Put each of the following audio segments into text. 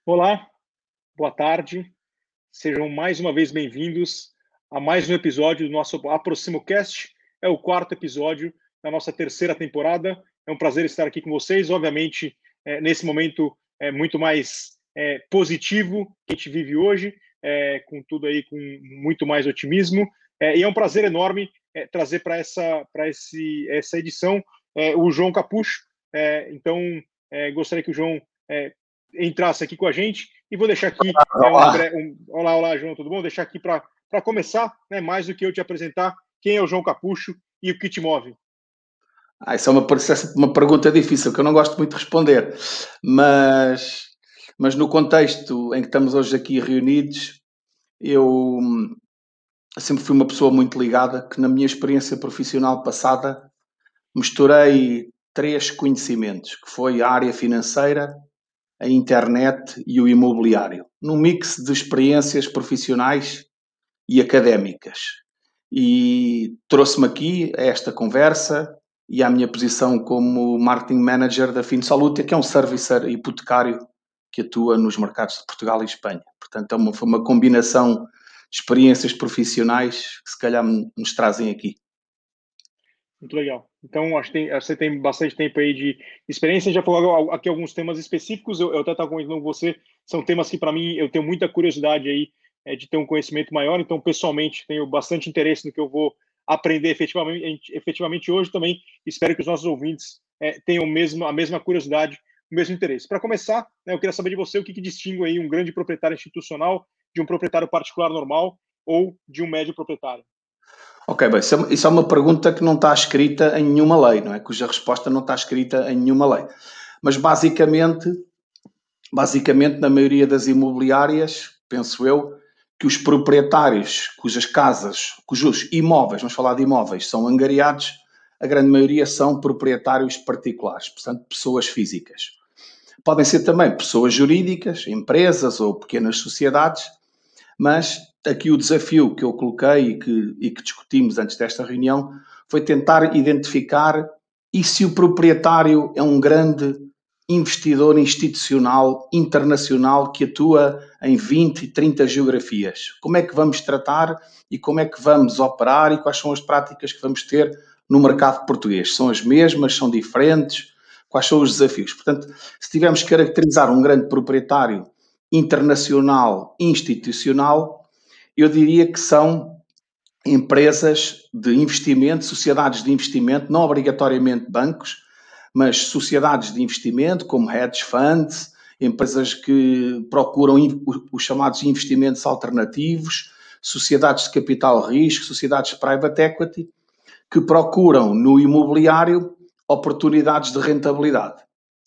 Olá, boa tarde. Sejam mais uma vez bem-vindos a mais um episódio do nosso AproximoCast. É o quarto episódio da nossa terceira temporada. É um prazer estar aqui com vocês. Obviamente, nesse momento muito mais positivo que a gente vive hoje, com tudo aí com muito mais otimismo. E é um prazer enorme trazer para essa edição o João Capucho. Então, gostaria que o João entrasse aqui com a gente e vou deixar aqui olá, João, tudo bom? Vou deixar aqui para começar, né, mais do que eu te apresentar, quem é o João Capucho e o que te move? Isso é uma pergunta difícil que eu não gosto muito de responder, mas no contexto em que estamos hoje aqui reunidos, eu sempre fui uma pessoa muito ligada, que na minha experiência profissional passada misturei três conhecimentos, que foi a área financeira, a internet e o imobiliário, num mix de experiências profissionais e académicas. E trouxe-me aqui a esta conversa e à minha posição como Marketing Manager da FinSolutia, que é um servicer hipotecário que atua nos mercados de Portugal e Espanha. Portanto, foi uma combinação de experiências profissionais que se calhar nos trazem aqui. Muito legal. Então, acho que você tem bastante tempo aí de experiência. Já falou aqui alguns temas específicos. Eu até estava comentando com você. São temas que, para mim, eu tenho muita curiosidade aí de ter um conhecimento maior. Então, pessoalmente, tenho bastante interesse no que eu vou aprender efetivamente hoje. Também espero que os nossos ouvintes tenham a mesma curiosidade, o mesmo interesse. Para começar, né, eu queria saber de você o que distingue aí um grande proprietário institucional de um proprietário particular normal ou de um médio proprietário. Ok, bem, isso é uma pergunta que não está escrita em nenhuma lei, não é? Cuja resposta não está escrita em nenhuma lei. Mas basicamente, na maioria das imobiliárias, penso eu, que os proprietários cujos imóveis, vamos falar de imóveis, são angariados, a grande maioria são proprietários particulares, portanto, pessoas físicas. Podem ser também pessoas jurídicas, empresas ou pequenas sociedades, mas aqui o desafio que eu coloquei e que discutimos antes desta reunião foi tentar identificar e se o proprietário é um grande investidor institucional internacional que atua em 20 e 30 geografias. Como é que vamos tratar e como é que vamos operar e quais são as práticas que vamos ter no mercado português? São as mesmas? São diferentes? Quais são os desafios? Portanto, se tivermos que caracterizar um grande proprietário internacional, institucional, eu diria que são empresas de investimento, sociedades de investimento, não obrigatoriamente bancos, mas sociedades de investimento como hedge funds, empresas que procuram os chamados investimentos alternativos, sociedades de capital risco, sociedades de private equity, que procuram no imobiliário oportunidades de rentabilidade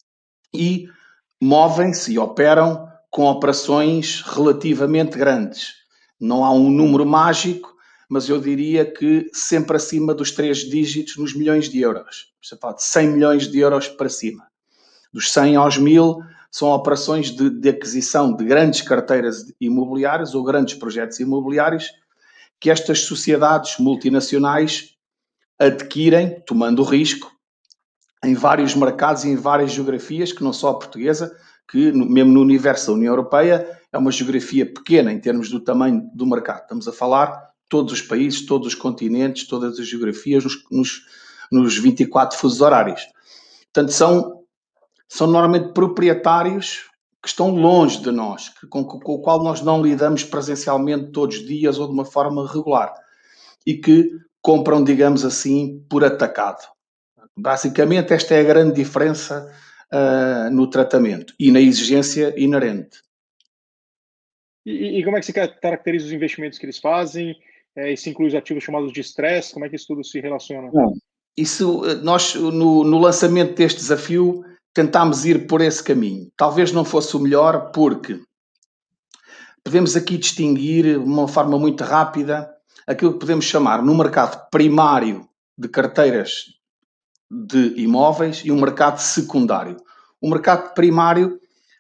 e movem-se e operam com operações relativamente grandes. Não há um número mágico, mas eu diria que sempre acima dos 3 dígitos nos milhões de euros. Você fala de 100 milhões de euros para cima. Dos 100 aos 1000 são operações de aquisição de grandes carteiras imobiliárias ou grandes projetos imobiliários que estas sociedades multinacionais adquirem, tomando o risco, em vários mercados e em várias geografias, que não só a portuguesa, que mesmo no universo da União Europeia é uma geografia pequena em termos do tamanho do mercado. Estamos a falar todos os países, todos os continentes, todas as geografias nos 24 fusos horários. Portanto, são normalmente proprietários que estão longe de nós, com o qual nós não lidamos presencialmente todos os dias ou de uma forma regular e que compram, digamos assim, por atacado. Basicamente, esta é a grande diferença no tratamento e na exigência inerente. E como é que você caracteriza os investimentos que eles fazem? Isso inclui os ativos chamados de stress? Como é que isso tudo se relaciona? Bom, isso, nós, no lançamento deste desafio, tentámos ir por esse caminho. Talvez não fosse o melhor, porque podemos aqui distinguir, de uma forma muito rápida, aquilo que podemos chamar no mercado primário de carteiras de imóveis e um mercado secundário. O mercado primário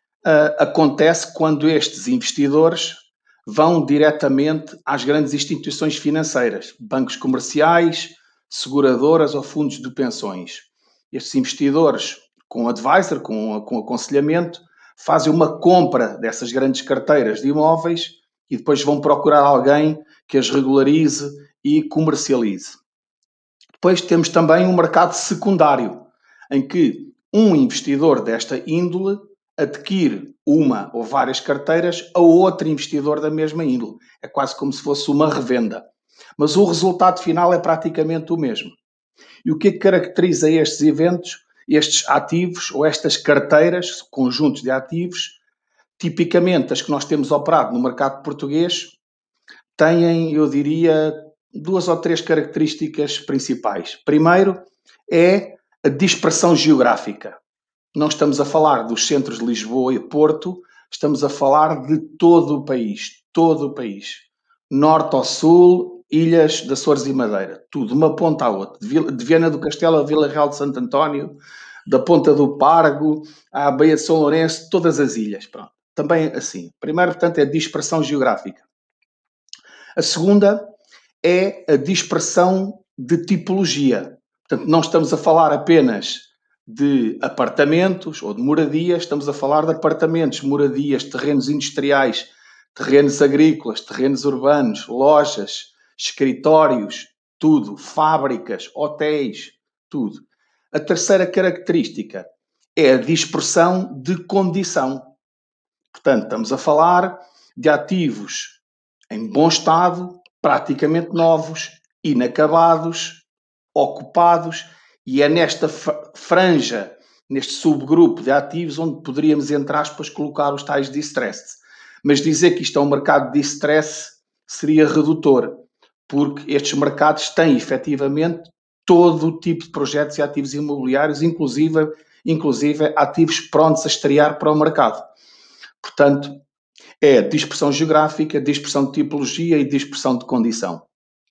acontece quando estes investidores vão diretamente às grandes instituições financeiras, bancos comerciais, seguradoras ou fundos de pensões. Estes investidores, com advisor, com aconselhamento, fazem uma compra dessas grandes carteiras de imóveis e depois vão procurar alguém que as regularize e comercialize. Depois temos também um mercado secundário, em que um investidor desta índole adquire uma ou várias carteiras a outro investidor da mesma índole. É quase como se fosse uma revenda. Mas o resultado final é praticamente o mesmo. E o que é que caracteriza estes eventos, estes ativos ou estas carteiras, conjuntos de ativos? Tipicamente, as que nós temos operado no mercado português têm, eu diria, 2 ou 3 características principais. Primeiro é a dispersão geográfica. Não estamos a falar dos centros de Lisboa e Porto, estamos a falar de todo o país. Todo o país. Norte ao sul, ilhas de Açores e Madeira. Tudo, de uma ponta à outra. De Viana do Castelo a Vila Real de Santo António, da Ponta do Pargo à Baía de São Lourenço, todas as ilhas. Pronto. Também assim. Primeiro, portanto, é a dispersão geográfica. A segunda é a dispersão de tipologia. Portanto, não estamos a falar apenas de apartamentos ou de moradias, estamos a falar de apartamentos, moradias, terrenos industriais, terrenos agrícolas, terrenos urbanos, lojas, escritórios, tudo, fábricas, hotéis, tudo. A terceira característica é a dispersão de condição. Portanto, estamos a falar de ativos em bom estado, praticamente novos, inacabados, ocupados, e é nesta franja, neste subgrupo de ativos, onde poderíamos, entre aspas, colocar os tais distressed. Mas dizer que isto é um mercado de distress seria redutor, porque estes mercados têm, efetivamente, todo o tipo de projetos e ativos imobiliários, inclusive ativos prontos a estrear para o mercado. Portanto, é dispersão geográfica, dispersão de tipologia e dispersão de condição.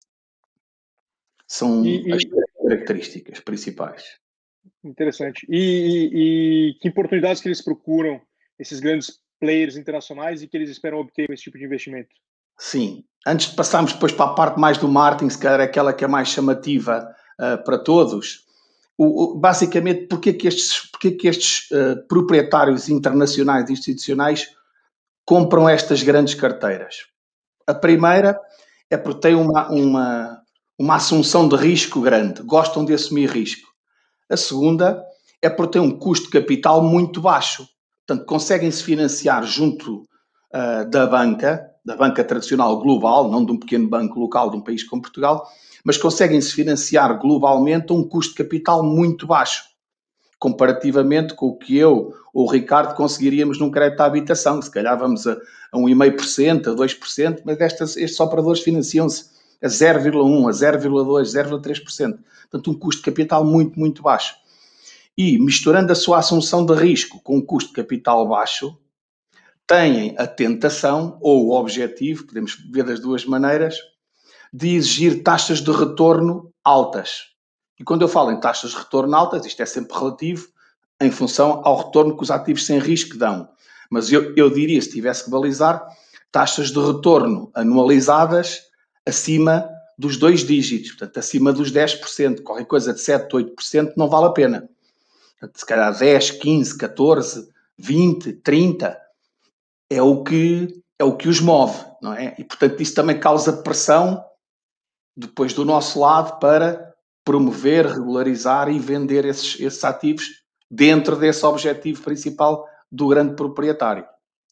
São as características principais. Interessante. E que oportunidades que eles procuram, esses grandes players internacionais, e que eles esperam obter com esse tipo de investimento? Sim. Antes de passarmos depois para a parte mais do marketing, se calhar aquela que é mais chamativa para todos, basicamente, porque é que estes proprietários internacionais e institucionais compram estas grandes carteiras? A primeira é porque têm uma assunção de risco grande, gostam de assumir risco. A segunda é porque têm um custo de capital muito baixo. Portanto, conseguem-se financiar junto da banca tradicional global, não de um pequeno banco local de um país como Portugal, mas conseguem-se financiar globalmente a um custo de capital muito baixo, comparativamente com o que eu ou o Ricardo conseguiríamos num crédito à habitação, que se calhar vamos a 1,5%, a 2%, mas estes operadores financiam-se a 0,1%, a 0,2%, 0,3%. Portanto, um custo de capital muito, muito baixo. E, misturando a sua assunção de risco com um custo de capital baixo, têm a tentação, ou o objetivo, podemos ver das duas maneiras, de exigir taxas de retorno altas. E quando eu falo em taxas de retorno altas, isto é sempre relativo em função ao retorno que os ativos sem risco dão. Mas eu diria, se tivesse que balizar, taxas de retorno anualizadas acima dos 2 dígitos, portanto, acima dos 10%, qualquer coisa de 7, 8% não vale a pena. Portanto, se calhar 10, 15, 14, 20, 30 é o que os move, não é? E, portanto, isso também causa pressão depois do nosso lado para promover, regularizar e vender esses ativos dentro desse objetivo principal do grande proprietário.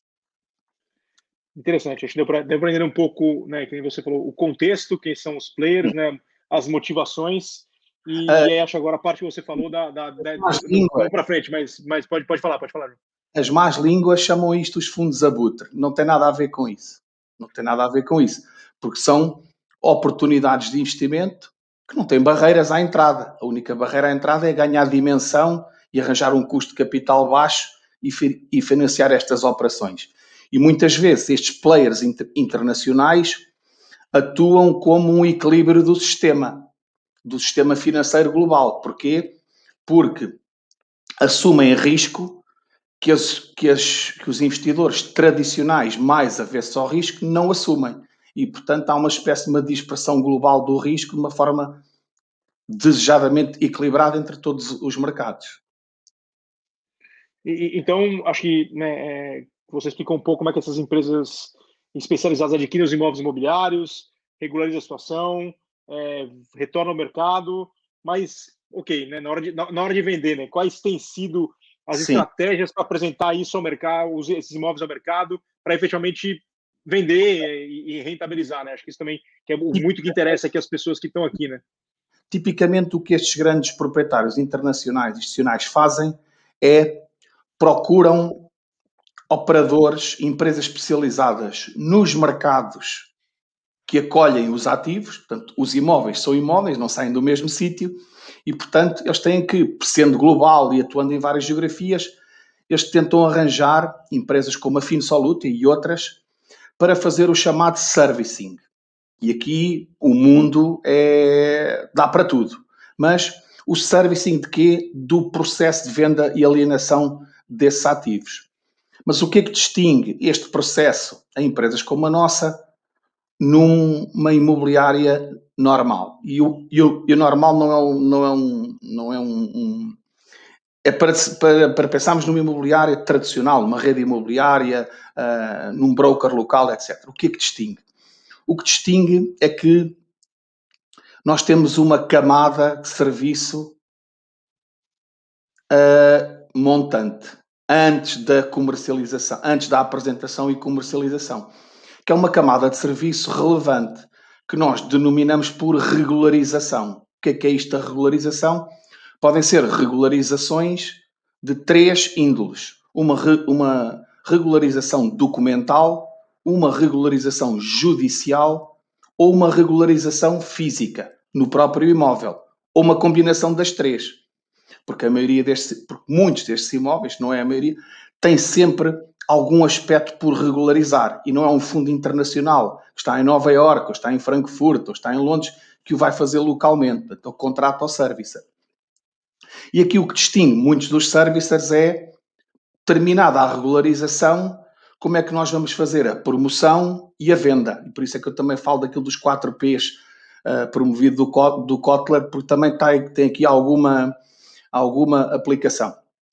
Interessante, acho que deu para entender um pouco, né, que você falou, o contexto, quem são os players, né, as motivações, e aí acho agora a parte que você falou vamos para frente, mas pode falar. As más línguas chamam isto os fundos abutre. Não tem nada a ver com isso. Não tem nada a ver com isso. Porque são oportunidades de investimento que não têm barreiras à entrada. A única barreira à entrada é ganhar dimensão e arranjar um custo de capital baixo e financiar estas operações. E muitas vezes estes players internacionais atuam como um equilíbrio do sistema financeiro global. Porquê? Porque assumem risco que os investidores tradicionais mais avessos ao risco não assumem. E, portanto, há uma espécie de uma dispersão global do risco de uma forma desejadamente equilibrada entre todos os mercados. Então, acho que, né, você explicou um pouco como é que essas empresas especializadas adquirem os imóveis imobiliários, regularizam a situação, retornam ao mercado, mas, ok, né, na hora de vender, né, quais têm sido as Sim, estratégias para apresentar isso ao mercado, esses imóveis ao mercado, para efetivamente vender e rentabilizar, né? Acho que isso também que é muito que interessa aqui as pessoas que estão aqui, né? tipicamente o que estes grandes proprietários internacionais e institucionais fazem é procuram operadores, empresas especializadas nos mercados que acolhem os ativos, portanto, os imóveis são imóveis, não saem do mesmo sítio, e, portanto, eles têm que, sendo global e atuando em várias geografias, eles tentam arranjar empresas como a Finsoluta e outras para fazer o chamado servicing. E aqui o mundo dá para tudo. Mas o servicing de quê? Do processo de venda e alienação desses ativos. Mas o que é que distingue este processo em empresas como a nossa numa imobiliária normal? E o normal é para pensarmos numa imobiliária tradicional, numa rede imobiliária, num broker local, etc. O que é que distingue? O que distingue é que nós temos uma camada de serviço montante antes da comercialização, antes da apresentação e comercialização, que é uma camada de serviço relevante que nós denominamos por regularização. O que é isto da regularização? Podem ser regularizações de 3 índoles. Uma regularização documental, uma regularização judicial ou uma regularização física no próprio imóvel, ou uma combinação das 3. Porque muitos destes imóveis, não é a maioria, têm sempre algum aspecto por regularizar. E não é um fundo internacional que está em Nova Iorque, ou está em Frankfurt, ou está em Londres, que o vai fazer localmente. Portanto, contrata ao servicer. E aqui o que distingue muitos dos servicers é, terminada a regularização, como é que nós vamos fazer a promoção e a venda. E por isso é que eu também falo daquilo dos 4 Ps promovido do Kotler, porque também tem aqui alguma aplicação.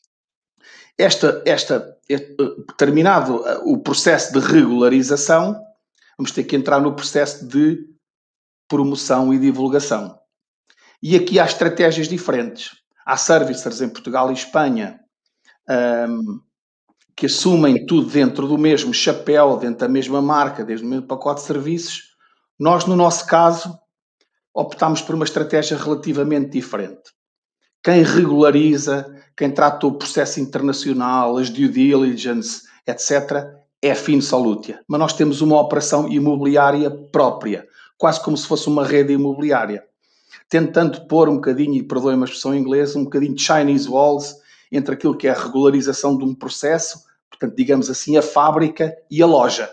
Terminado o processo de regularização, vamos ter que entrar no processo de promoção e divulgação. E aqui há estratégias diferentes. Há servicers em Portugal e Espanha que assumem tudo dentro do mesmo chapéu, dentro da mesma marca, desde o mesmo pacote de serviços. Nós, no nosso caso, optámos por uma estratégia relativamente diferente. Quem regulariza, quem trata o processo internacional, as due diligence, etc., é a Finsolutia. Mas nós temos uma operação imobiliária própria, quase como se fosse uma rede imobiliária, tentando pôr um bocadinho, e perdoem-me a expressão em inglês, um bocadinho de Chinese walls entre aquilo que é a regularização de um processo, portanto, digamos assim, a fábrica e a loja,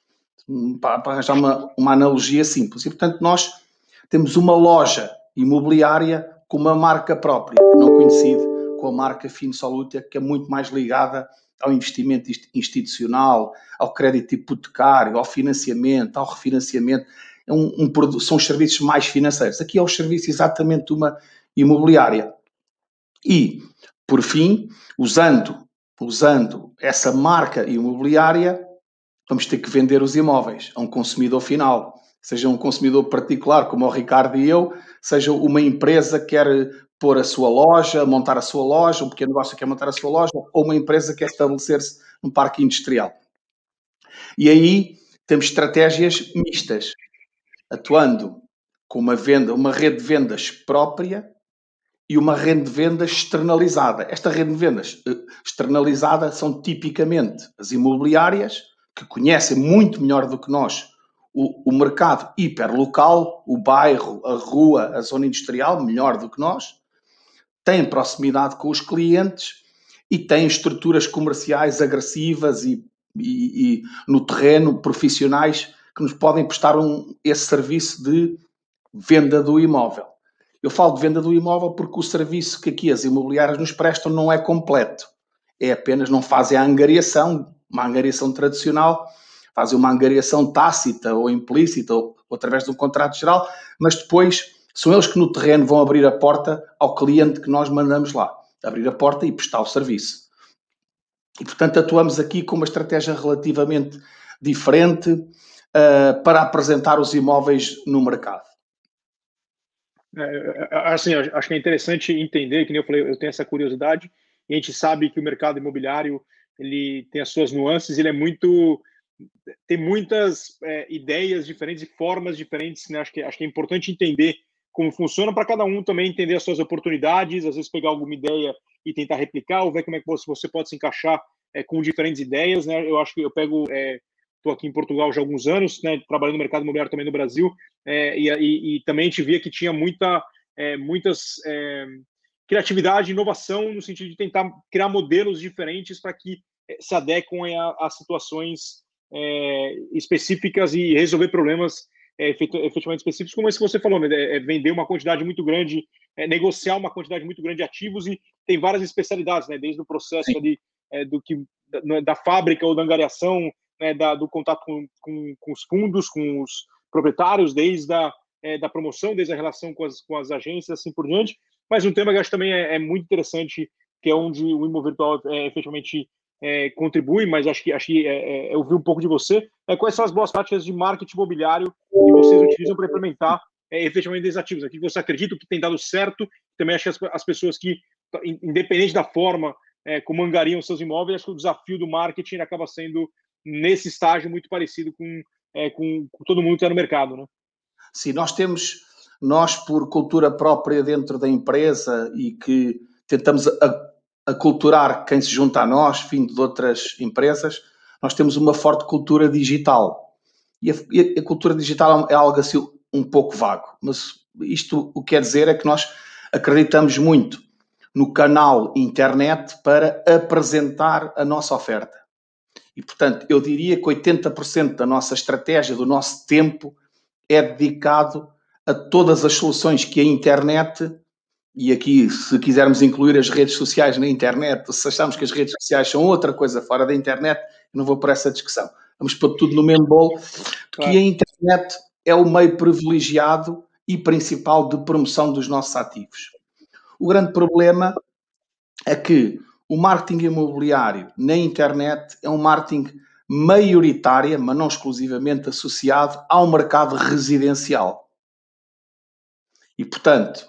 para arranjar uma analogia simples. E, portanto, nós temos uma loja imobiliária com uma marca própria, não coincide com a marca Finsolutia, que é muito mais ligada ao investimento institucional, ao crédito hipotecário, ao financiamento, ao refinanciamento. São os serviços mais financeiros. Aqui é o serviço exatamente de uma imobiliária. E, por fim, usando essa marca imobiliária, vamos ter que vender os imóveis a um consumidor final. Seja um consumidor particular, como o Ricardo e eu, seja uma empresa que quer pôr a sua loja, montar a sua loja, um pequeno negócio que quer montar a sua loja, ou uma empresa que quer estabelecer-se num parque industrial. E aí temos estratégias mistas, atuando com uma rede de vendas própria e uma rede de vendas externalizada. Esta rede de vendas externalizada são tipicamente as imobiliárias, que conhecem muito melhor do que nós o mercado hiperlocal, o bairro, a rua, a zona industrial, melhor do que nós, têm proximidade com os clientes e têm estruturas comerciais agressivas e no terreno profissionais que nos podem prestar esse serviço de venda do imóvel. Eu falo de venda do imóvel porque o serviço que aqui as imobiliárias nos prestam não é completo. É apenas, não fazem a angariação, uma angariação tradicional, fazem uma angariação tácita ou implícita ou através de um contrato geral, mas depois são eles que no terreno vão abrir a porta ao cliente que nós mandamos lá. Abrir a porta e prestar o serviço. E, portanto, atuamos aqui com uma estratégia relativamente diferente para apresentar os imóveis no mercado. Assim, acho que é interessante entender, que nem eu falei, eu tenho essa curiosidade, e a gente sabe que o mercado imobiliário ele tem as suas nuances, ele é muito, tem muitas ideias diferentes e formas diferentes, né? Acho que é importante entender como funciona para cada um também entender as suas oportunidades, às vezes pegar alguma ideia e tentar replicar, ou ver como é que você pode se encaixar com diferentes ideias, né? Eu acho que eu pego, estou aqui em Portugal já há alguns anos, né? Trabalhando no mercado imobiliário também no Brasil, e também a gente via que tinha muitas criatividade e inovação no sentido de tentar criar modelos diferentes para que se adequem a situações específicas e resolver problemas efetivamente específicos, como esse que você falou, né? Vender uma quantidade muito grande, negociar uma quantidade muito grande de ativos, e tem várias especialidades, né? Desde o processo ali da fábrica ou da angariação, né? Do contato com os fundos, com os proprietários, desde da promoção, desde a relação com as agências, assim por diante. Mas um tema que eu acho também é muito interessante, que é onde o imóvel virtual efetivamente contribui, mas acho que eu vi um pouco de você. Quais são as boas práticas de marketing imobiliário que vocês utilizam para implementar efetivamente esses ativos? Aqui você acredita que tem dado certo? Também acho que as pessoas que, independente da forma como angariam seus imóveis, acho que o desafio do marketing acaba sendo, nesse estágio, muito parecido com todo mundo que está no mercado, né? Sim, nós por cultura própria dentro da empresa e que tentamos aculturar quem se junta a nós, vindo de outras empresas, nós temos uma forte cultura digital. E a cultura digital é algo assim um pouco vago, mas isto o que quer dizer é que nós acreditamos muito no canal internet para apresentar a nossa oferta. E, portanto, eu diria que 80% da nossa estratégia, do nosso tempo, é dedicado a todas as soluções que a internet, e aqui, se quisermos incluir as redes sociais na internet, se achamos que as redes sociais são outra coisa fora da internet, não vou por essa discussão. Vamos pôr tudo no mesmo bolo, que a internet é o meio privilegiado e principal de promoção dos nossos ativos. O grande problema é que o marketing imobiliário na internet é um marketing maioritário, mas não exclusivamente associado ao mercado residencial. E, portanto,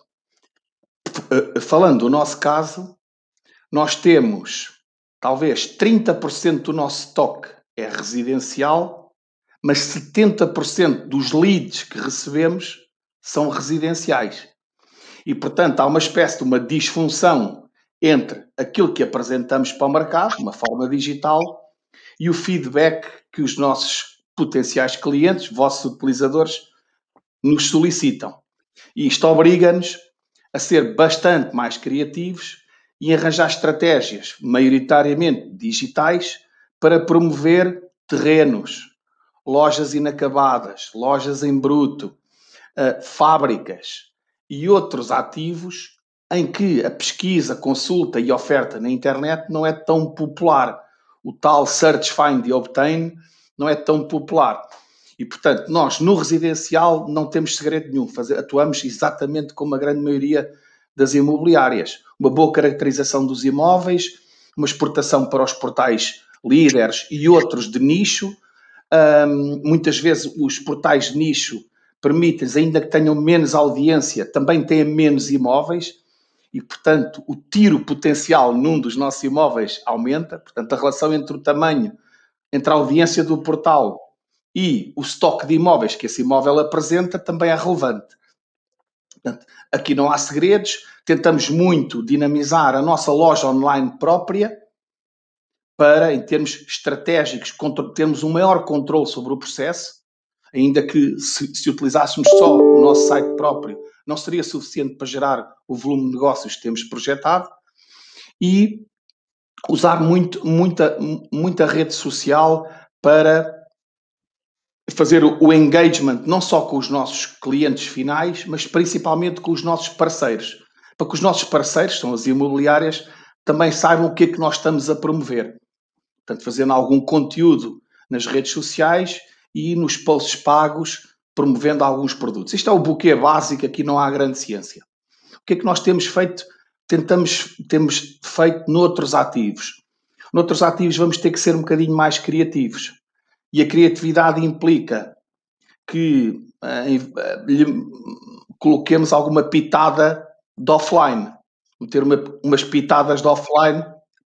falando do nosso caso, nós temos talvez 30% do nosso stock é residencial, mas 70% dos leads que recebemos são residenciais. E, portanto, há uma espécie de uma disfunção entre aquilo que apresentamos para o mercado, de uma forma digital, e o feedback que os nossos potenciais clientes, vossos utilizadores, nos solicitam. E isto obriga-nos a ser bastante mais criativos e arranjar estratégias, maioritariamente digitais, para promover terrenos, lojas inacabadas, lojas em bruto, fábricas e outros ativos em que a pesquisa, consulta e oferta na internet não é tão popular. O tal search, find e obtain não é tão popular. E, portanto, nós no residencial não temos segredo nenhum. Atuamos exatamente como a grande maioria das imobiliárias. Uma boa caracterização dos imóveis, uma exportação para os portais líderes e outros de nicho. Muitas vezes os portais de nicho permitem-lhes, ainda que tenham menos audiência, também têm menos imóveis e, portanto, o tiro potencial num dos nossos imóveis aumenta. Portanto, a relação entre o tamanho, entre a audiência do portal e o estoque de imóveis que esse imóvel apresenta também é relevante. Portanto, aqui não há segredos. Tentamos muito dinamizar a nossa loja online própria para, em termos estratégicos, termos um maior controle sobre o processo, ainda que se utilizássemos só o nosso site próprio, não seria suficiente para gerar o volume de negócios que temos projetado, e usar muita rede social para fazer o engagement não só com os nossos clientes finais, mas principalmente com os nossos parceiros, para que os nossos parceiros, são as imobiliárias, também saibam o que é que nós estamos a promover. Portanto, fazendo algum conteúdo nas redes sociais e nos posts pagos, promovendo alguns produtos. Isto é o buquê básico, aqui não há grande ciência. O que é que nós temos feito? Temos feito noutros ativos. Noutros ativos vamos ter que ser um bocadinho mais criativos. E a criatividade implica que coloquemos alguma pitada de offline. Meter umas pitadas de offline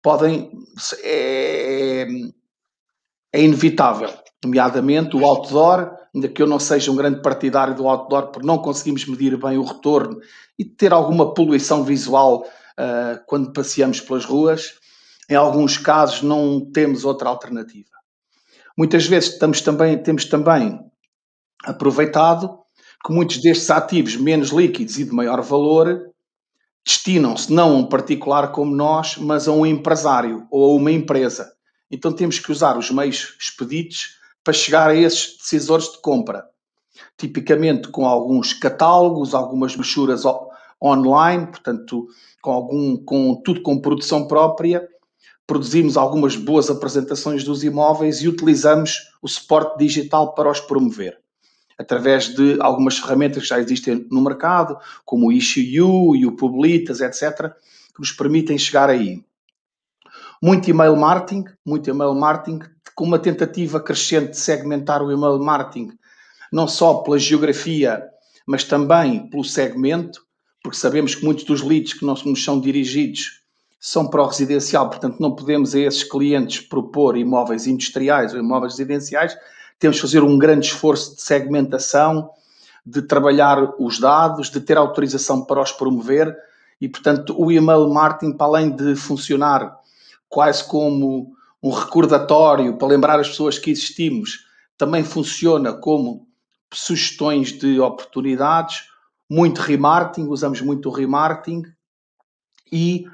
é inevitável. Nomeadamente o outdoor, ainda que eu não seja um grande partidário do outdoor, porque não conseguimos medir bem o retorno e ter alguma poluição visual quando passeamos pelas ruas. Em alguns casos não temos outra alternativa. Muitas vezes temos também aproveitado que muitos destes ativos menos líquidos e de maior valor destinam-se não a um particular como nós, mas a um empresário ou a uma empresa. Então temos que usar os meios expeditos para chegar a esses decisores de compra. Tipicamente com alguns catálogos, algumas brochuras online, portanto, tudo com produção própria. Produzimos algumas boas apresentações dos imóveis e utilizamos o suporte digital para os promover, através de algumas ferramentas que já existem no mercado, como o Issue e o Publitas, etc., que nos permitem chegar aí. Muito e-mail marketing, com uma tentativa crescente de segmentar o e-mail marketing, não só pela geografia, mas também pelo segmento, porque sabemos que muitos dos leads que nos são dirigidos são para o residencial, portanto não podemos a esses clientes propor imóveis industriais ou imóveis residenciais, temos que fazer um grande esforço de segmentação, de trabalhar os dados, de ter autorização para os promover e, portanto, o email marketing, para além de funcionar quase como um recordatório para lembrar as pessoas que existimos, também funciona como sugestões de oportunidades, muito remarketing, usamos muito o remarketing e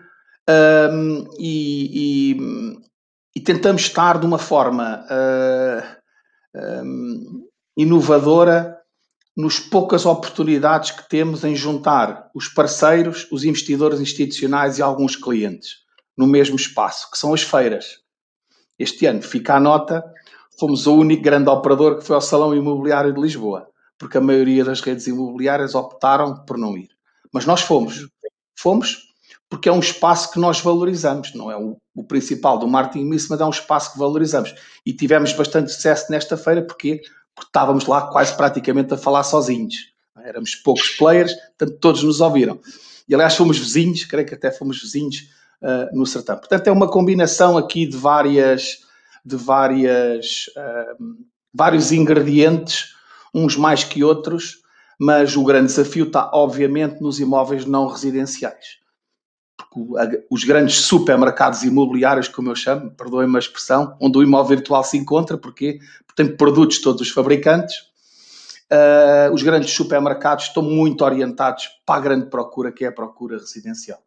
tentamos estar de uma forma inovadora nas poucas oportunidades que temos em juntar os parceiros, os investidores institucionais e alguns clientes no mesmo espaço, que são as feiras. Este ano, fica a nota, fomos o único grande operador que foi ao Salão Imobiliário de Lisboa, porque a maioria das redes imobiliárias optaram por não ir. Mas nós fomos. Fomos porque é um espaço que nós valorizamos, não é o principal do marketing misto, mas é um espaço que valorizamos. E tivemos bastante sucesso nesta feira, porque estávamos lá quase praticamente a falar sozinhos. Éramos poucos players, portanto todos nos ouviram. E aliás fomos vizinhos, creio que até fomos vizinhos no Sertão. Portanto é uma combinação aqui de vários ingredientes, uns mais que outros, mas o grande desafio está obviamente nos imóveis não residenciais. Os grandes supermercados imobiliários, como eu chamo, perdoem-me a expressão, onde o imóvel virtual se encontra, porque tem produtos de todos os fabricantes. Os grandes supermercados estão muito orientados para a grande procura, que é a procura residencial.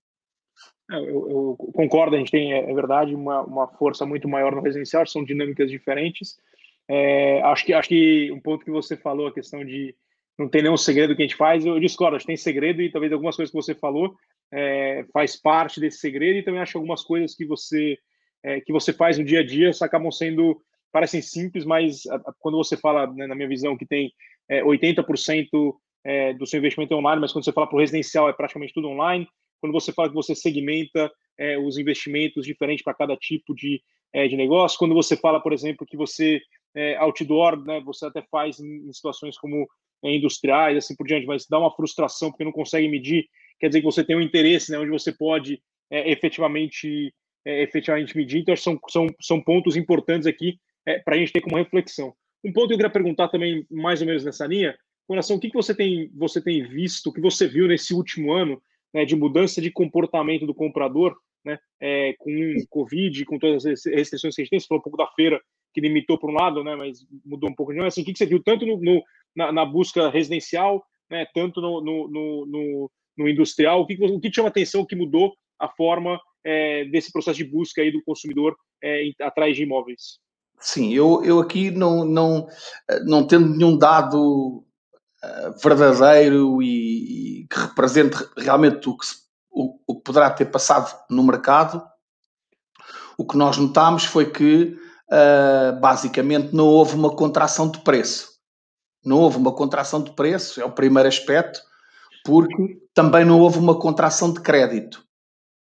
Eu concordo, a gente tem, é verdade, uma força muito maior no residencial, são dinâmicas diferentes. Acho que um ponto que você falou, a questão de não tem nenhum segredo que a gente faz, eu discordo, acho que tem segredo e talvez algumas coisas que você falou faz parte desse segredo e também acho que algumas coisas que você faz no dia a dia acabam parecem simples, mas quando você fala, né, na minha visão, que tem 80% do seu investimento é online, mas quando você fala para o residencial é praticamente tudo online. Quando você fala que você segmenta os investimentos diferentes para cada tipo de negócio, quando você fala, por exemplo, que você outdoor, né, você até faz em situações como industriais, assim por diante, mas dá uma frustração porque não consegue medir, quer dizer que você tem um interesse, né, onde você pode efetivamente medir. Então, são pontos importantes aqui para a gente ter como reflexão. Um ponto que eu queria perguntar também, mais ou menos nessa linha, com relação ao que você tem visto, o que você viu nesse último ano, né, de mudança de comportamento do comprador, né, com o Covid, com todas as restrições que a gente tem. Você falou um pouco da feira, que limitou para um lado, né, mas mudou um pouco de novo. Assim, o que você viu tanto na busca residencial, né, tanto no industrial? O que te chama a atenção, o que mudou a forma desse processo de busca aí do consumidor atrás de imóveis? Sim, eu aqui não tendo nenhum dado verdadeiro e que represente realmente o que poderá ter passado no mercado, o que nós notámos foi que basicamente não houve uma contração de preço. Não houve uma contração de preço, é o primeiro aspecto, porque também não houve uma contração de crédito.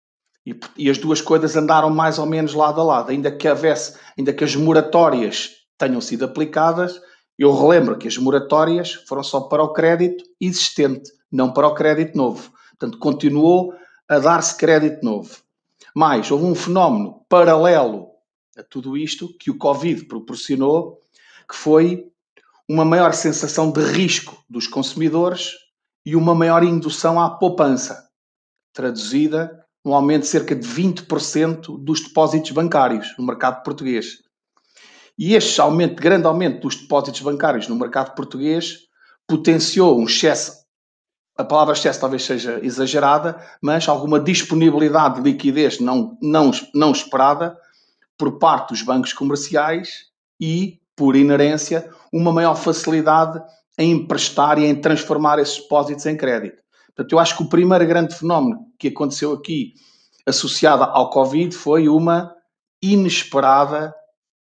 E as duas coisas andaram mais ou menos lado a lado. Ainda que as moratórias tenham sido aplicadas, eu relembro que as moratórias foram só para o crédito existente, não para o crédito novo. Portanto, continuou a dar-se crédito novo. Mas houve um fenómeno paralelo a tudo isto que o Covid proporcionou, que foi uma maior sensação de risco dos consumidores e uma maior indução à poupança, traduzida num aumento de cerca de 20% dos depósitos bancários no mercado português. E este grande aumento dos depósitos bancários no mercado português potenciou um excesso, a palavra excesso talvez seja exagerada, mas alguma disponibilidade de liquidez não esperada por parte dos bancos comerciais e, por inerência, uma maior facilidade em emprestar e em transformar esses depósitos em crédito. Portanto, eu acho que o primeiro grande fenómeno que aconteceu aqui associado ao Covid foi um inesperado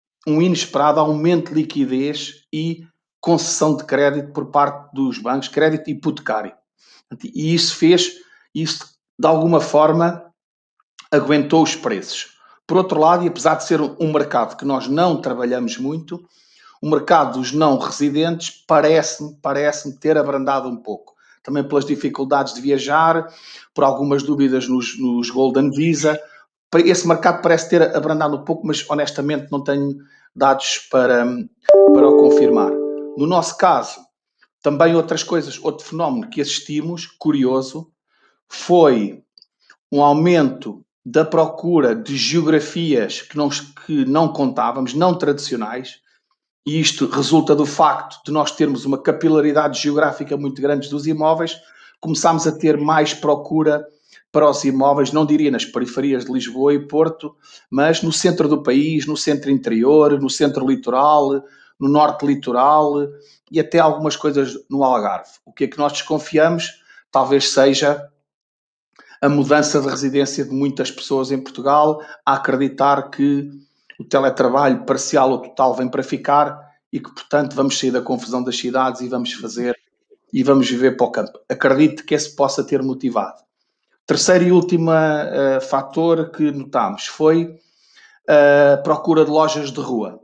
aumento de liquidez e concessão de crédito por parte dos bancos, crédito hipotecário. E isso de alguma forma, aguentou os preços. Por outro lado, e apesar de ser um mercado que nós não trabalhamos muito, o mercado dos não residentes parece-me ter abrandado um pouco. Também pelas dificuldades de viajar, por algumas dúvidas nos Golden Visa. Esse mercado parece ter abrandado um pouco, mas honestamente não tenho dados para o confirmar. No nosso caso, também outro fenómeno que assistimos, curioso, foi um aumento da procura de geografias que não contávamos, não tradicionais, e isto resulta do facto de nós termos uma capilaridade geográfica muito grande dos imóveis, começámos a ter mais procura para os imóveis, não diria nas periferias de Lisboa e Porto, mas no centro do país, no centro interior, no centro litoral, no norte litoral e até algumas coisas no Algarve. O que é que nós desconfiamos? Talvez seja a mudança de residência de muitas pessoas em Portugal, a acreditar que o teletrabalho parcial ou total vem para ficar e que, portanto, vamos sair da confusão das cidades e vamos viver para o campo. Acredito que esse possa ter motivado. Terceiro e último fator que notámos foi a procura de lojas de rua.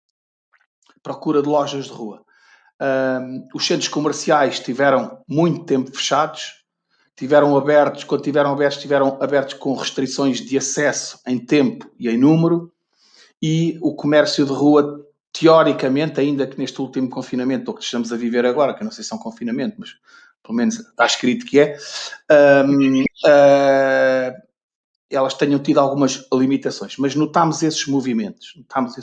Os centros comerciais tiveram muito tempo fechados, quando tiveram abertos com restrições de acesso em tempo e em número, e o comércio de rua, teoricamente, ainda que neste último confinamento, ou que estamos a viver agora, que eu não sei se é um confinamento, mas pelo menos está escrito que é, elas tenham tido algumas limitações, mas notámos esses movimentos.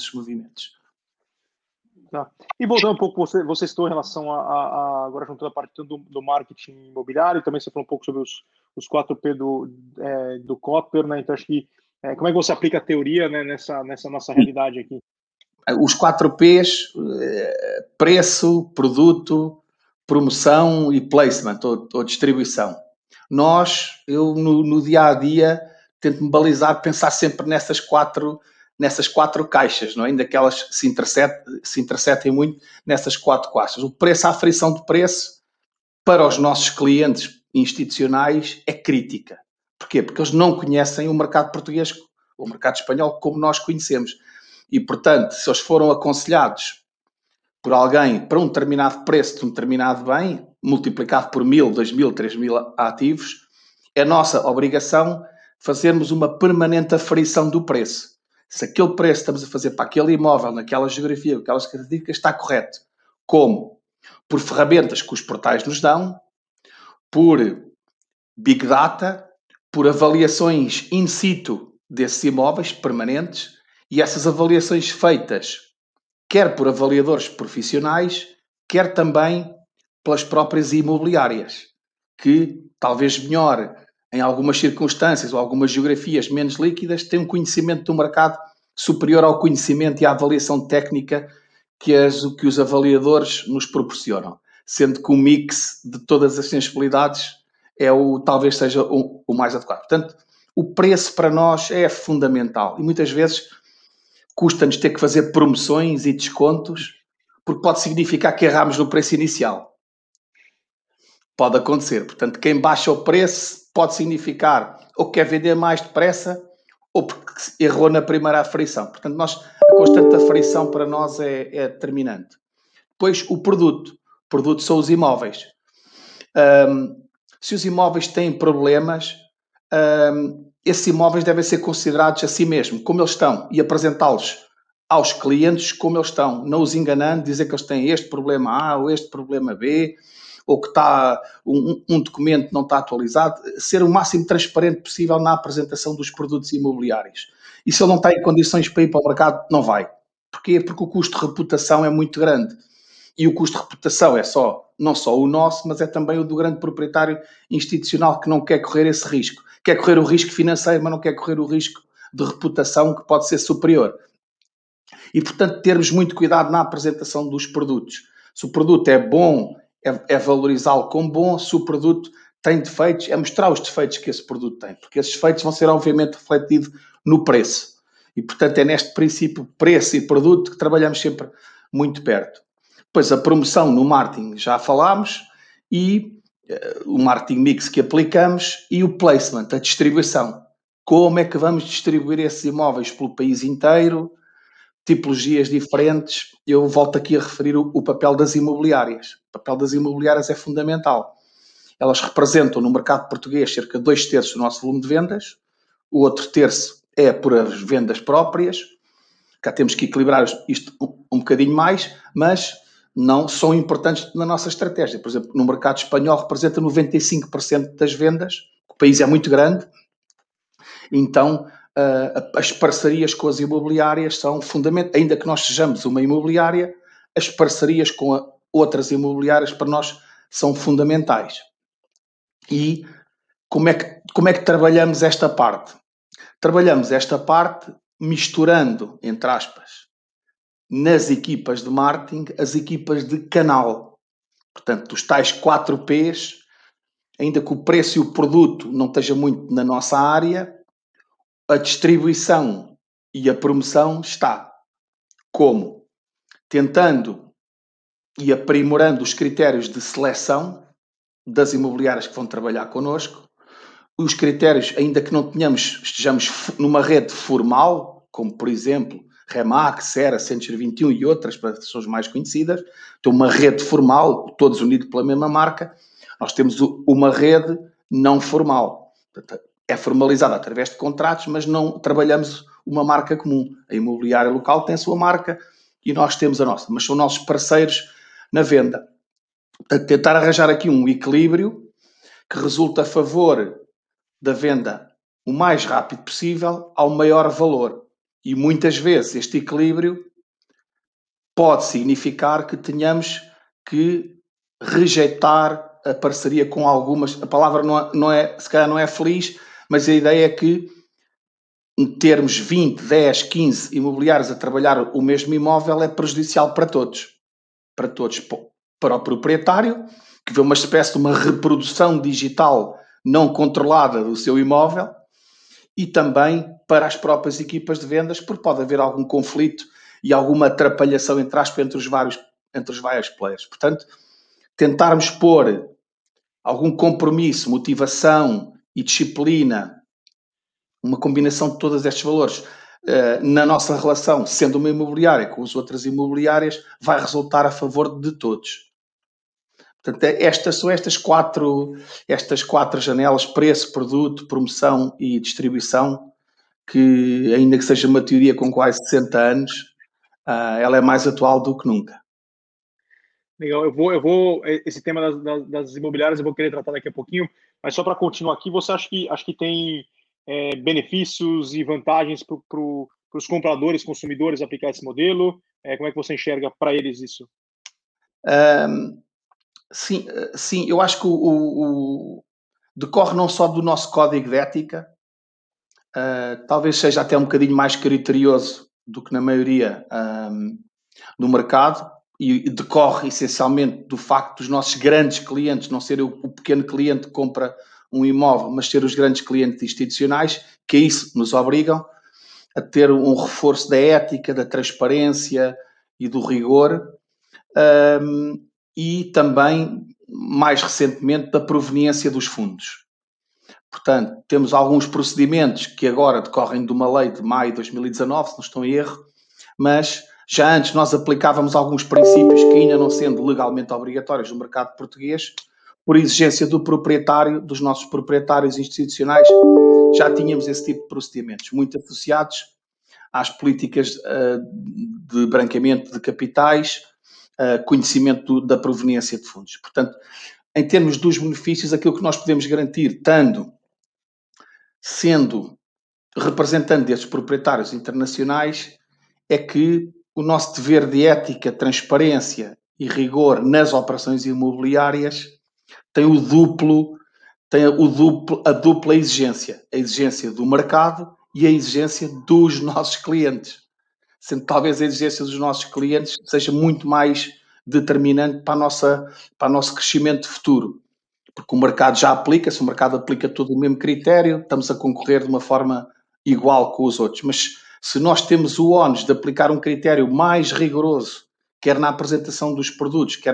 Tá. E voltando um pouco, você citou em relação agora juntando a parte do marketing imobiliário, também você falou um pouco sobre os 4P do Kotler, né? Então acho que como é que você aplica a teoria, né, nessa nossa realidade aqui? Os 4Ps, preço, produto, promoção e placement, ou distribuição. Eu no dia-a-dia, tento-me balizar, pensar sempre nessas quatro caixas, não é? Ainda que elas se intersetem muito nessas 4 caixas. O preço, a aferição de preço, para os nossos clientes institucionais, é crítica. Porquê? Porque eles não conhecem o mercado português, o mercado espanhol, como nós conhecemos. E, portanto, se eles foram aconselhados por alguém para um determinado preço de um determinado bem, multiplicado por 1.000, 2.000, 3.000 ativos, é nossa obrigação fazermos uma permanente aferição do preço. Se aquele preço que estamos a fazer para aquele imóvel, naquela geografia, com aquelas características, está correto. Como? Por ferramentas que os portais nos dão, por Big Data, por avaliações in situ desses imóveis permanentes, e essas avaliações feitas quer por avaliadores profissionais, quer também pelas próprias imobiliárias, que talvez melhor em algumas circunstâncias ou algumas geografias menos líquidas têm um conhecimento do mercado superior ao conhecimento e à avaliação técnica que os avaliadores nos proporcionam, sendo que o mix de todas as sensibilidades talvez seja o mais adequado. Portanto, o preço para nós é fundamental e muitas vezes custa-nos ter que fazer promoções e descontos, porque pode significar que erramos no preço inicial. Pode acontecer. Portanto, quem baixa o preço pode significar ou quer vender mais depressa ou porque errou na primeira aferição. Portanto, a constante aferição para nós é determinante. Depois, o produto. O produto são os imóveis. Se os imóveis têm problemas, esses imóveis devem ser considerados assim mesmo, como eles estão, e apresentá-los aos clientes como eles estão, não os enganando, dizer que eles têm este problema A ou este problema B, ou que está um documento não está atualizado, ser o máximo transparente possível na apresentação dos produtos imobiliários. E se ele não está em condições para ir para o mercado, não vai. Porquê? Porque o custo de reputação é muito grande. E o custo de reputação é não só o nosso, mas é também o do grande proprietário institucional que não quer correr esse risco. Quer correr o risco financeiro, mas não quer correr o risco de reputação que pode ser superior. E, portanto, termos muito cuidado na apresentação dos produtos. Se o produto é bom, é valorizá-lo como bom. Se o produto tem defeitos, é mostrar os defeitos que esse produto tem. Porque esses defeitos vão ser, obviamente, refletidos no preço. E, portanto, é neste princípio preço e produto que trabalhamos sempre muito perto. Depois, a promoção no marketing, já falámos, e o marketing mix que aplicamos e o placement, a distribuição. Como é que vamos distribuir esses imóveis pelo país inteiro, tipologias diferentes. Eu volto aqui a referir o papel das imobiliárias. O papel das imobiliárias é fundamental. Elas representam no mercado português cerca de 2/3 do nosso volume de vendas, o outro terço é por as vendas próprias. Cá temos que equilibrar isto um bocadinho mais, mas não são importantes na nossa estratégia. Por exemplo, no mercado espanhol representa 95% das vendas, o país é muito grande, então as parcerias com as imobiliárias são fundamentais. Ainda que nós sejamos uma imobiliária, as parcerias com outras imobiliárias para nós são fundamentais. E como é que trabalhamos esta parte? Trabalhamos esta parte misturando, entre aspas, nas equipas de marketing, as equipas de canal. Portanto, os tais 4 Ps, ainda que o preço e o produto não esteja muito na nossa área, a distribuição e a promoção está. Como? Tentando e aprimorando os critérios de seleção das imobiliárias que vão trabalhar connosco. Os critérios, ainda que não estejamos numa rede formal, como por exemplo Remax, Sera, Century 21 e outras, para as pessoas mais conhecidas, tem uma rede formal, todos unidos pela mesma marca. Nós temos uma rede não formal. Portanto, é formalizada através de contratos, mas não trabalhamos uma marca comum. A imobiliária local tem a sua marca e nós temos a nossa, mas são nossos parceiros na venda. Portanto, tentar arranjar aqui um equilíbrio que resulte a favor da venda o mais rápido possível ao maior valor. E muitas vezes este equilíbrio pode significar que tenhamos que rejeitar a parceria com algumas. A palavra se calhar não é feliz, mas a ideia é que termos 20, 10, 15 imobiliários a trabalhar o mesmo imóvel é prejudicial para todos. Para todos. Para o proprietário, que vê uma espécie de uma reprodução digital não controlada do seu imóvel, e também para as próprias equipas de vendas, porque pode haver algum conflito e alguma atrapalhação entre os vários players. Portanto, tentarmos pôr algum compromisso, motivação e disciplina, uma combinação de todos estes valores na nossa relação, sendo uma imobiliária com as outras imobiliárias, vai resultar a favor de todos. Portanto, são estas quatro janelas: preço, produto, promoção e distribuição, que ainda que seja uma teoria com quase 60 anos, ela é mais atual do que nunca. Legal, esse tema das imobiliárias eu vou querer tratar daqui a pouquinho, mas só para continuar aqui, você acha que tem benefícios e vantagens para os compradores, consumidores aplicar esse modelo? Como é que você enxerga para eles isso? Sim, eu acho que decorre não só do nosso código de ética, talvez seja até um bocadinho mais criterioso do que na maioria do mercado, e decorre essencialmente do facto dos nossos grandes clientes não serem o pequeno cliente que compra um imóvel, mas ser os grandes clientes institucionais, que a isso nos obrigam a ter um reforço da ética, da transparência e do rigor, e também mais recentemente, da proveniência dos fundos. Portanto, temos alguns procedimentos que agora decorrem de uma lei de maio de 2019, se não estou em erro, mas já antes nós aplicávamos alguns princípios que, ainda não sendo legalmente obrigatórios no mercado português, por exigência do proprietário, dos nossos proprietários institucionais, já tínhamos esse tipo de procedimentos, muito associados às políticas de branqueamento de capitais, conhecimento da proveniência de fundos. Portanto, em termos dos benefícios, aquilo que nós podemos garantir, sendo representante destes proprietários internacionais, é que o nosso dever de ética, transparência e rigor nas operações imobiliárias tem a dupla exigência. A exigência do mercado e a exigência dos nossos clientes. Sendo que talvez a exigência dos nossos clientes seja muito mais determinante para o nosso crescimento futuro. Porque o mercado já aplica, se o mercado aplica todo o mesmo critério, estamos a concorrer de uma forma igual com os outros. Mas se nós temos o ónus de aplicar um critério mais rigoroso, quer na apresentação dos produtos, quer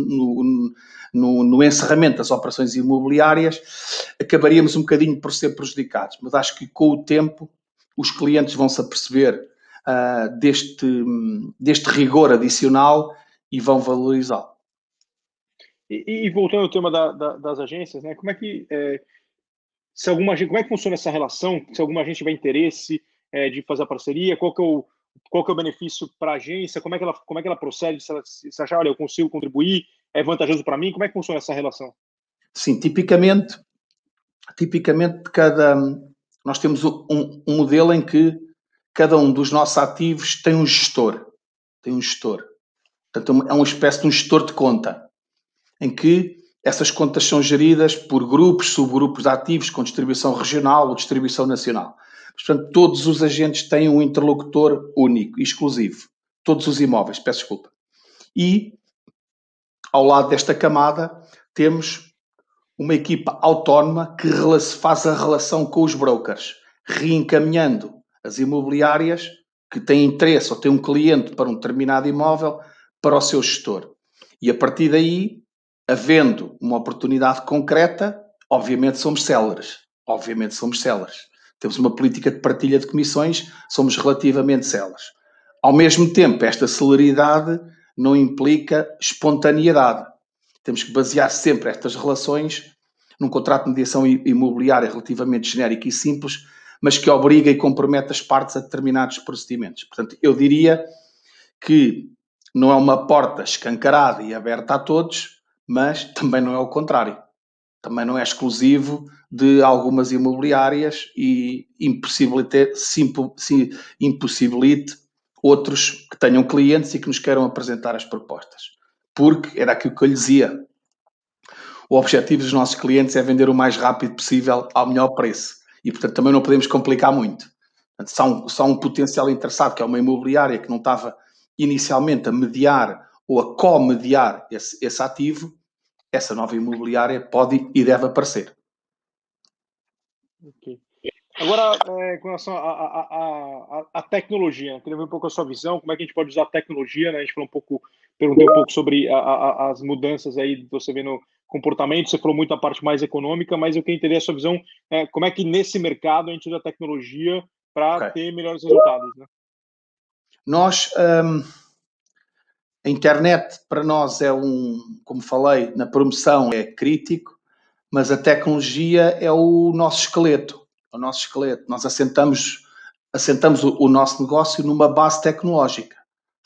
no encerramento das operações imobiliárias, acabaríamos um bocadinho por ser prejudicados. Mas acho que com o tempo os clientes vão se aperceber deste rigor adicional e vão valorizá-lo. E voltando ao tema das agências, né? Como é que como é que funciona essa relação? Se alguma agência tiver interesse de fazer a parceria, qual que é o benefício para a agência? Como é que ela procede? Se achar, olha, eu consigo contribuir, é vantajoso para mim? Como é que funciona essa relação? Sim, tipicamente nós temos um modelo em que cada um dos nossos ativos tem um gestor. Portanto, é uma espécie de um gestor de conta, em que essas contas são geridas por grupos, subgrupos de ativos, com distribuição regional ou distribuição nacional. Portanto, todos os agentes têm um interlocutor único, exclusivo. Todos os imóveis, peço desculpa. E, ao lado desta camada, temos uma equipa autónoma que faz a relação com os brokers, reencaminhando as imobiliárias que têm interesse ou têm um cliente para um determinado imóvel para o seu gestor. E a partir daí, havendo uma oportunidade concreta, obviamente somos céleres. Temos uma política de partilha de comissões, somos relativamente céleres. Ao mesmo tempo, esta celeridade não implica espontaneidade. Temos que basear sempre estas relações num contrato de mediação imobiliária relativamente genérico e simples, mas que obriga e compromete as partes a determinados procedimentos. Portanto, eu diria que não é uma porta escancarada e aberta a todos, mas também não é o contrário. Também não é exclusivo de algumas imobiliárias e impossibilite outros que tenham clientes e que nos queiram apresentar as propostas. Porque era aquilo que eu lhe dizia. O objetivo dos nossos clientes é vender o mais rápido possível ao melhor preço. E, portanto, também não podemos complicar muito. Portanto, se há um potencial interessado, que é uma imobiliária que não estava inicialmente a mediar ou a co-mediar esse ativo, essa nova imobiliária pode e deve aparecer. Okay. Agora, com relação à tecnologia, queria ver um pouco a sua visão, como é que a gente pode usar a tecnologia, né? A gente perguntei um pouco sobre as mudanças aí, você vê no comportamento, você falou muito a parte mais econômica, mas eu queria entender a sua visão, como é que nesse mercado a gente usa a tecnologia para ter melhores resultados, né? A internet para nós como falei, na promoção é crítico, mas a tecnologia é o nosso esqueleto. Nós assentamos o nosso negócio numa base tecnológica.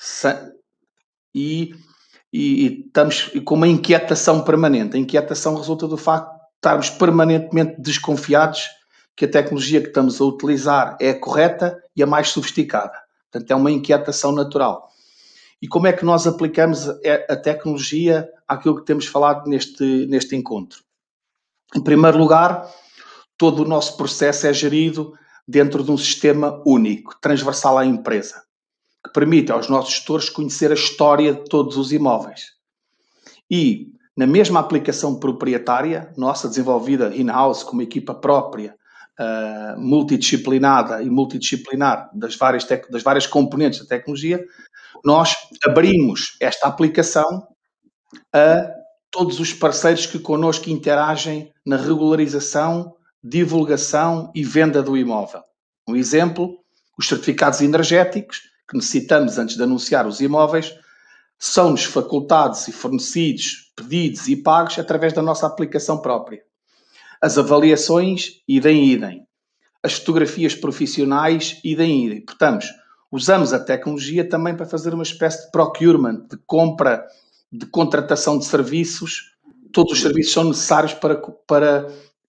E estamos com uma inquietação permanente. A inquietação resulta do facto de estarmos permanentemente desconfiados que a tecnologia que estamos a utilizar é a correta e a mais sofisticada. Portanto, é uma inquietação natural. E como é que nós aplicamos a tecnologia àquilo que temos falado neste encontro? Em primeiro lugar, todo o nosso processo é gerido dentro de um sistema único, transversal à empresa, que permite aos nossos gestores conhecer a história de todos os imóveis. E, na mesma aplicação proprietária, nossa desenvolvida in-house, com uma equipa própria, multidisciplinada e multidisciplinar das várias componentes da tecnologia, nós abrimos esta aplicação a todos os parceiros que connosco interagem na regularização, divulgação e venda do imóvel. Um exemplo, os certificados energéticos que necessitamos antes de anunciar os imóveis são-nos facultados e fornecidos, pedidos e pagos através da nossa aplicação própria. As avaliações, idem. As fotografias profissionais, idem. Portanto, usamos a tecnologia também para fazer uma espécie de procurement, de compra, de contratação de serviços. Todos os serviços são necessários para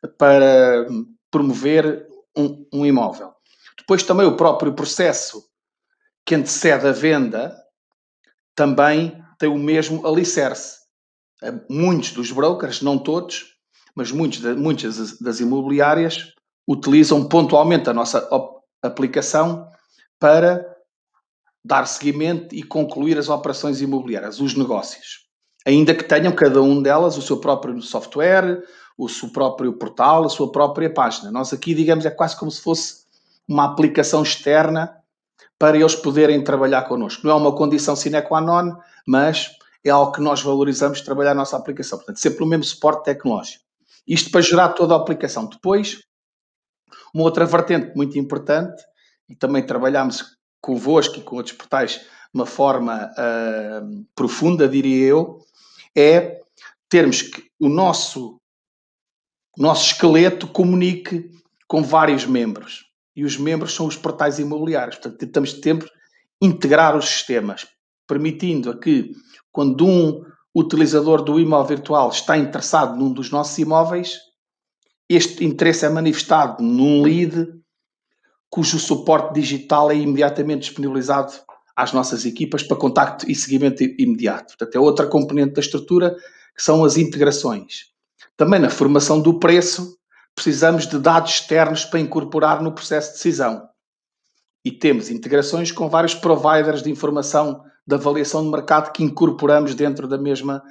promover um imóvel. Depois também o próprio processo que antecede a venda também tem o mesmo alicerce. Muitos dos brokers, não todos, mas muitas das imobiliárias utilizam pontualmente a nossa aplicação para dar seguimento e concluir as operações imobiliárias, os negócios. Ainda que tenham cada um delas o seu próprio software, o seu próprio portal, a sua própria página. Nós aqui, digamos, é quase como se fosse uma aplicação externa para eles poderem trabalhar connosco. Não é uma condição sine qua non, mas é algo que nós valorizamos, trabalhar a nossa aplicação. Portanto, sempre o mesmo suporte tecnológico. Isto para gerar toda a aplicação. Depois, uma outra vertente muito importante, e também trabalhamos convosco e com outros portais de uma forma profunda, diria eu, é termos que o nosso esqueleto comunique com vários membros. E os membros são os portais imobiliários. Portanto, tentamos sempre integrar os sistemas, permitindo que, quando um utilizador do imóvel virtual está interessado num dos nossos imóveis, este interesse é manifestado num lead cujo suporte digital é imediatamente disponibilizado às nossas equipas para contacto e seguimento imediato. Portanto, é outra componente da estrutura, que são as integrações. Também na formação do preço, precisamos de dados externos para incorporar no processo de decisão. E temos integrações com vários providers de informação de avaliação de mercado que incorporamos dentro da mesma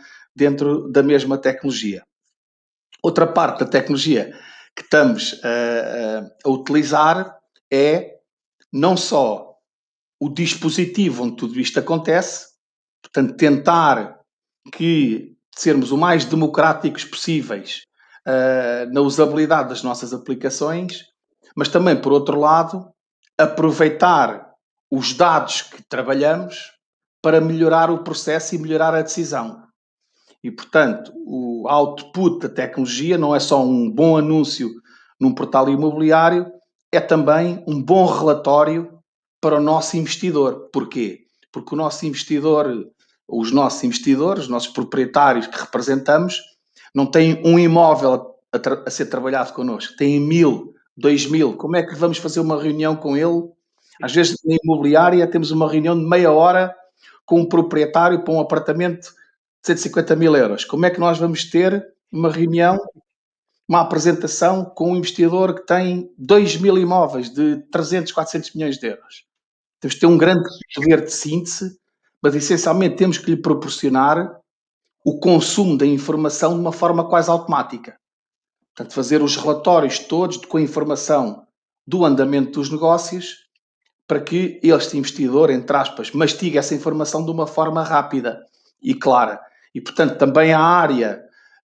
tecnologia. Outra parte da tecnologia que estamos a utilizar é não só o dispositivo onde tudo isto acontece, portanto, tentar que sermos o mais democráticos possíveis na usabilidade das nossas aplicações, mas também, por outro lado, aproveitar os dados que trabalhamos para melhorar o processo e melhorar a decisão. E, portanto, o output da tecnologia não é só um bom anúncio num portal imobiliário, é também um bom relatório para o nosso investidor. Porquê? Porque o nosso investidor, os nossos investidores, os nossos proprietários que representamos, não têm um imóvel a ser trabalhado connosco, têm 1000, 2000. Como é que vamos fazer uma reunião com ele? Às vezes, na imobiliária, temos uma reunião de meia hora com um proprietário para um apartamento de 150 mil euros. Como é que nós vamos ter uma reunião, uma apresentação com um investidor que tem 2.000 imóveis de 300, 400 milhões de euros? Temos que ter um grande poder de síntese, mas essencialmente temos que lhe proporcionar o consumo da informação de uma forma quase automática. Portanto, fazer os relatórios todos com a informação do andamento dos negócios para que este investidor, entre aspas, mastigue essa informação de uma forma rápida e clara. E, portanto, também a área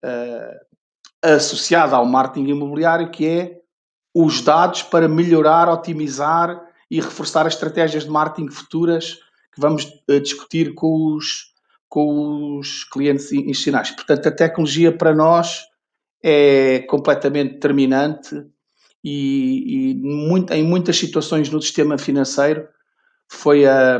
associada ao marketing imobiliário, que é os dados para melhorar, otimizar e reforçar as estratégias de marketing futuras que vamos discutir com os clientes institucionais. Portanto, a tecnologia para nós é completamente determinante e em muitas situações no sistema financeiro foi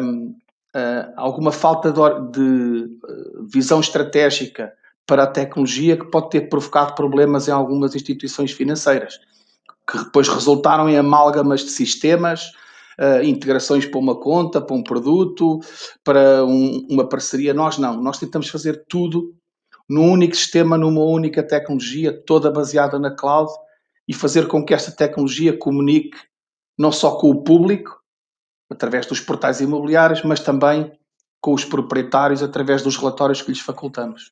alguma falta de visão estratégica para a tecnologia que pode ter provocado problemas em algumas instituições financeiras, que depois resultaram em amálgamas de sistemas, integrações para uma conta, para um produto, para uma parceria. Nós não. Nós tentamos fazer tudo num único sistema, numa única tecnologia, toda baseada na cloud, e fazer com que esta tecnologia comunique não só com o público, através dos portais imobiliários, mas também com os proprietários, através dos relatórios que lhes facultamos.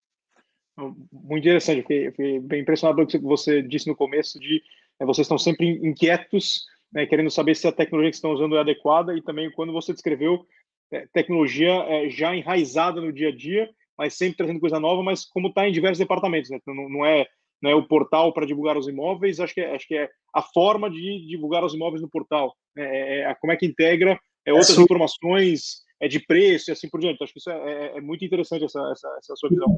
Muito interessante. Fiquei bem impressionado pelo que você disse no começo, de vocês estão sempre inquietos, né, querendo saber se a tecnologia que estão usando é adequada, e também quando você descreveu tecnologia já enraizada no dia a dia, mas sempre trazendo coisa nova, mas como está em diversos departamentos, né? Então, não é o portal para divulgar os imóveis, acho que é a forma de divulgar os imóveis no portal, né? Como é que integra outras informações, de preço e assim por diante. Acho que isso é muito interessante, essa sua visão.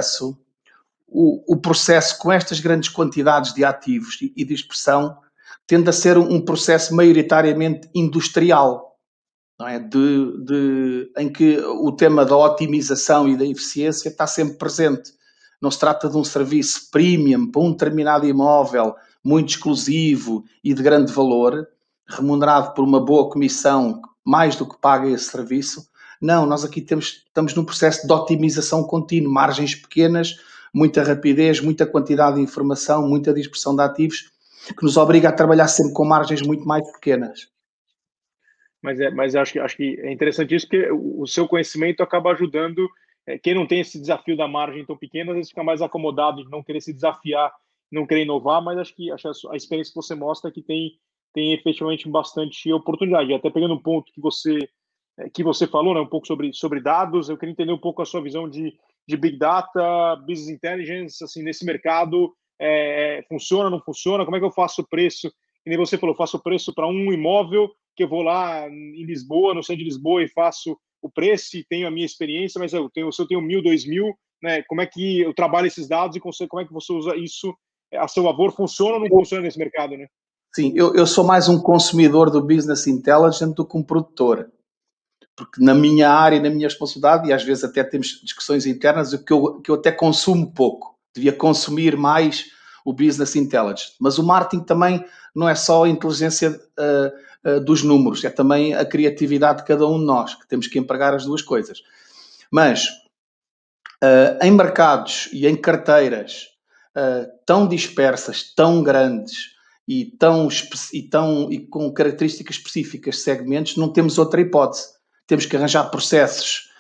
O processo com estas grandes quantidades de ativos e de expressão tende a ser um processo maioritariamente industrial, não é? Em que o tema da otimização e da eficiência está sempre presente. Não se trata de um serviço premium para um determinado imóvel muito exclusivo e de grande valor, remunerado por uma boa comissão, mais do que paga esse serviço. Não, nós aqui estamos num processo de otimização contínua, margens pequenas, muita rapidez, muita quantidade de informação, muita dispersão de ativos, que nos obriga a trabalhar sempre com margens muito mais pequenas. Mas acho que é interessante isso, porque o seu conhecimento acaba ajudando. Quem não tem esse desafio da margem tão pequena, às vezes fica mais acomodado de não querer se desafiar, não querer inovar, mas acho que a experiência que você mostra é que tem efetivamente bastante oportunidade. Até pegando um ponto que você falou, né, um pouco sobre dados, eu queria entender um pouco a sua visão de Big Data, Business Intelligence, assim, nesse mercado, funciona, não funciona? Como é que eu faço o preço? E nem você falou, faço o preço para um imóvel, que eu vou lá em Lisboa, no centro de Lisboa, e faço o preço e tenho a minha experiência, mas se eu tenho 1.000, 2.000, né, como é que eu trabalho esses dados e como é que você usa isso a seu favor? Funciona ou não funciona nesse mercado, né? Sim, eu sou mais um consumidor do Business Intelligence do que um produtor. Porque na minha área e na minha responsabilidade, e às vezes até temos discussões internas, que eu até consumo pouco. Devia consumir mais o Business Intelligence. Mas o marketing também não é só a inteligência dos números, é também a criatividade de cada um de nós, que temos que empregar as duas coisas. Mas em mercados e em carteiras tão dispersas, tão grandes e com características específicas de segmentos, não temos outra hipótese. Temos que arranjar processos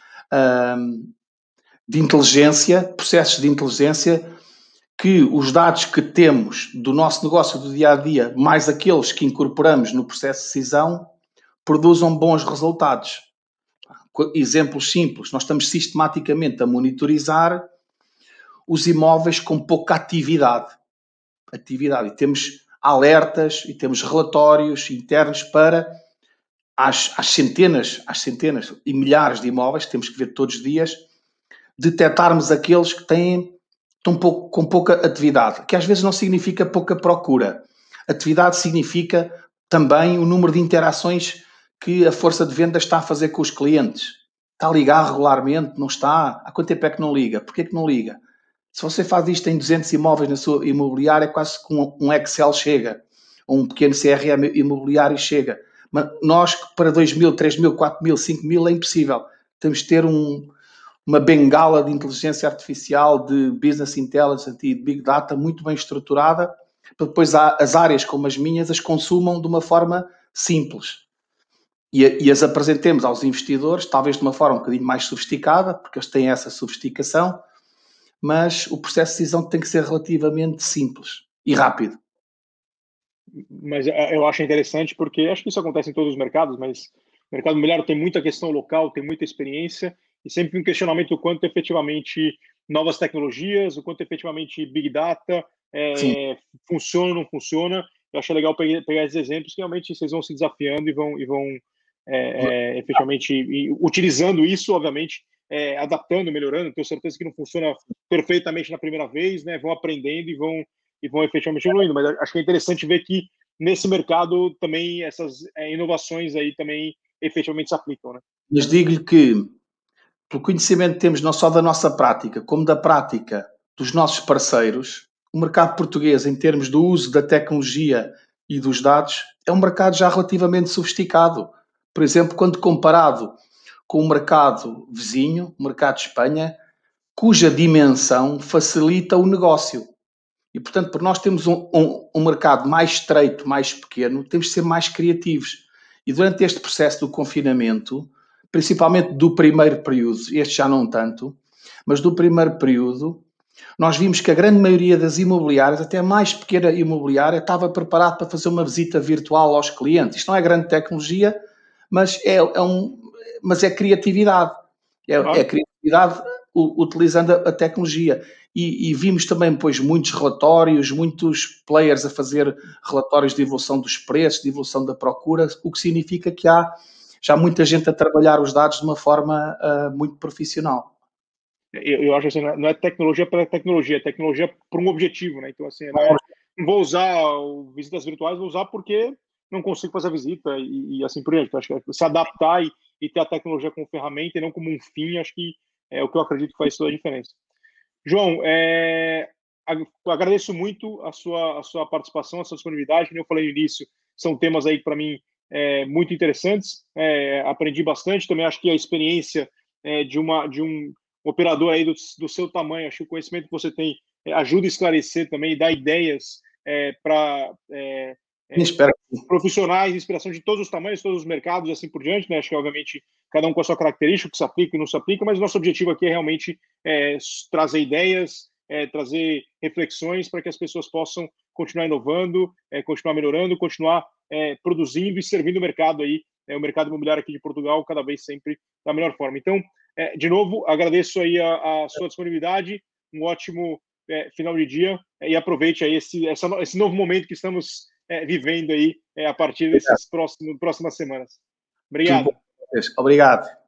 de inteligência que os dados que temos do nosso negócio do dia-a-dia, mais aqueles que incorporamos no processo de decisão, produzam bons resultados. Exemplos simples, nós estamos sistematicamente a monitorizar os imóveis com pouca atividade. E temos alertas e temos relatórios internos para às centenas e milhares de imóveis, que temos que ver todos os dias, detectarmos aqueles que estão com pouca atividade, que às vezes não significa pouca procura. Atividade significa também o número de interações que a força de venda está a fazer com os clientes. Está a ligar regularmente? Não está? Há quanto tempo é que não liga? Porquê que não liga? Se você faz isto em 200 imóveis na sua imobiliária, quase que um Excel chega. Um pequeno CRM imobiliário chega. Mas nós, para 2.000, 3.000, 4.000, 5.000, é impossível. Temos de ter uma bengala de inteligência artificial, de business intelligence e de big data muito bem estruturada, para depois as áreas como as minhas as consumam de uma forma simples. E as apresentemos aos investidores, talvez de uma forma um bocadinho mais sofisticada, porque eles têm essa sofisticação, mas o processo de decisão tem que ser relativamente simples e rápido. Mas eu acho interessante porque acho que isso acontece em todos os mercados, mas o mercado imobiliário tem muita questão local, tem muita experiência e sempre um questionamento do quanto efetivamente novas tecnologias, o quanto efetivamente Big Data funciona ou não funciona. Eu acho legal pegar esses exemplos que realmente vocês vão se desafiando e vão efetivamente utilizando isso, obviamente, adaptando, melhorando. Tenho certeza que não funciona perfeitamente na primeira vez, né? Vão aprendendo e vão efetivamente evoluindo. Mas acho que é interessante ver que nesse mercado também essas inovações aí também efetivamente se aplicam, né? Mas digo-lhe que, pelo conhecimento que temos não só da nossa prática, como da prática dos nossos parceiros, o mercado português, em termos do uso da tecnologia e dos dados, é um mercado já relativamente sofisticado. Por exemplo, quando comparado com o mercado vizinho, o mercado de Espanha, cuja dimensão facilita o negócio. E, portanto, por nós termos um mercado mais estreito, mais pequeno, temos de ser mais criativos. E durante este processo do confinamento, principalmente do primeiro período, este já não tanto, mas do primeiro período, nós vimos que a grande maioria das imobiliárias, até a mais pequena imobiliária, estava preparada para fazer uma visita virtual aos clientes. Isto não é grande tecnologia, mas é criatividade. É criatividade utilizando a tecnologia. E vimos também, pois, muitos relatórios, muitos players a fazer relatórios de evolução dos preços, de evolução da procura, o que significa que há já muita gente a trabalhar os dados de uma forma muito profissional. Eu acho assim, não é tecnologia para tecnologia, é tecnologia por um objetivo, né? Então, assim, não vou usar visitas virtuais, vou usar porque não consigo fazer a visita e assim por diante. Então, acho que se adaptar e ter a tecnologia como ferramenta e não como um fim, acho que é o que eu acredito que faz toda a diferença. João, agradeço muito a sua participação, a sua disponibilidade. Como eu falei no início, são temas aí para mim muito interessantes. Aprendi bastante. Também acho que a experiência de um operador aí do seu tamanho, acho que o conhecimento que você tem ajuda a esclarecer também e dá ideias para profissionais, inspiração de todos os tamanhos, todos os mercados e assim por diante, né? Acho que, obviamente, cada um com a sua característica, o que se aplica e não se aplica, mas o nosso objetivo aqui é realmente trazer ideias, trazer reflexões para que as pessoas possam continuar inovando, continuar melhorando, continuar produzindo e servindo o mercado aí, o mercado imobiliário aqui de Portugal, cada vez sempre da melhor forma. Então, de novo, agradeço aí a sua disponibilidade, um ótimo final de dia e aproveite aí esse novo momento que estamos vivendo aí a partir dessas próximas semanas. Obrigado. Obrigado.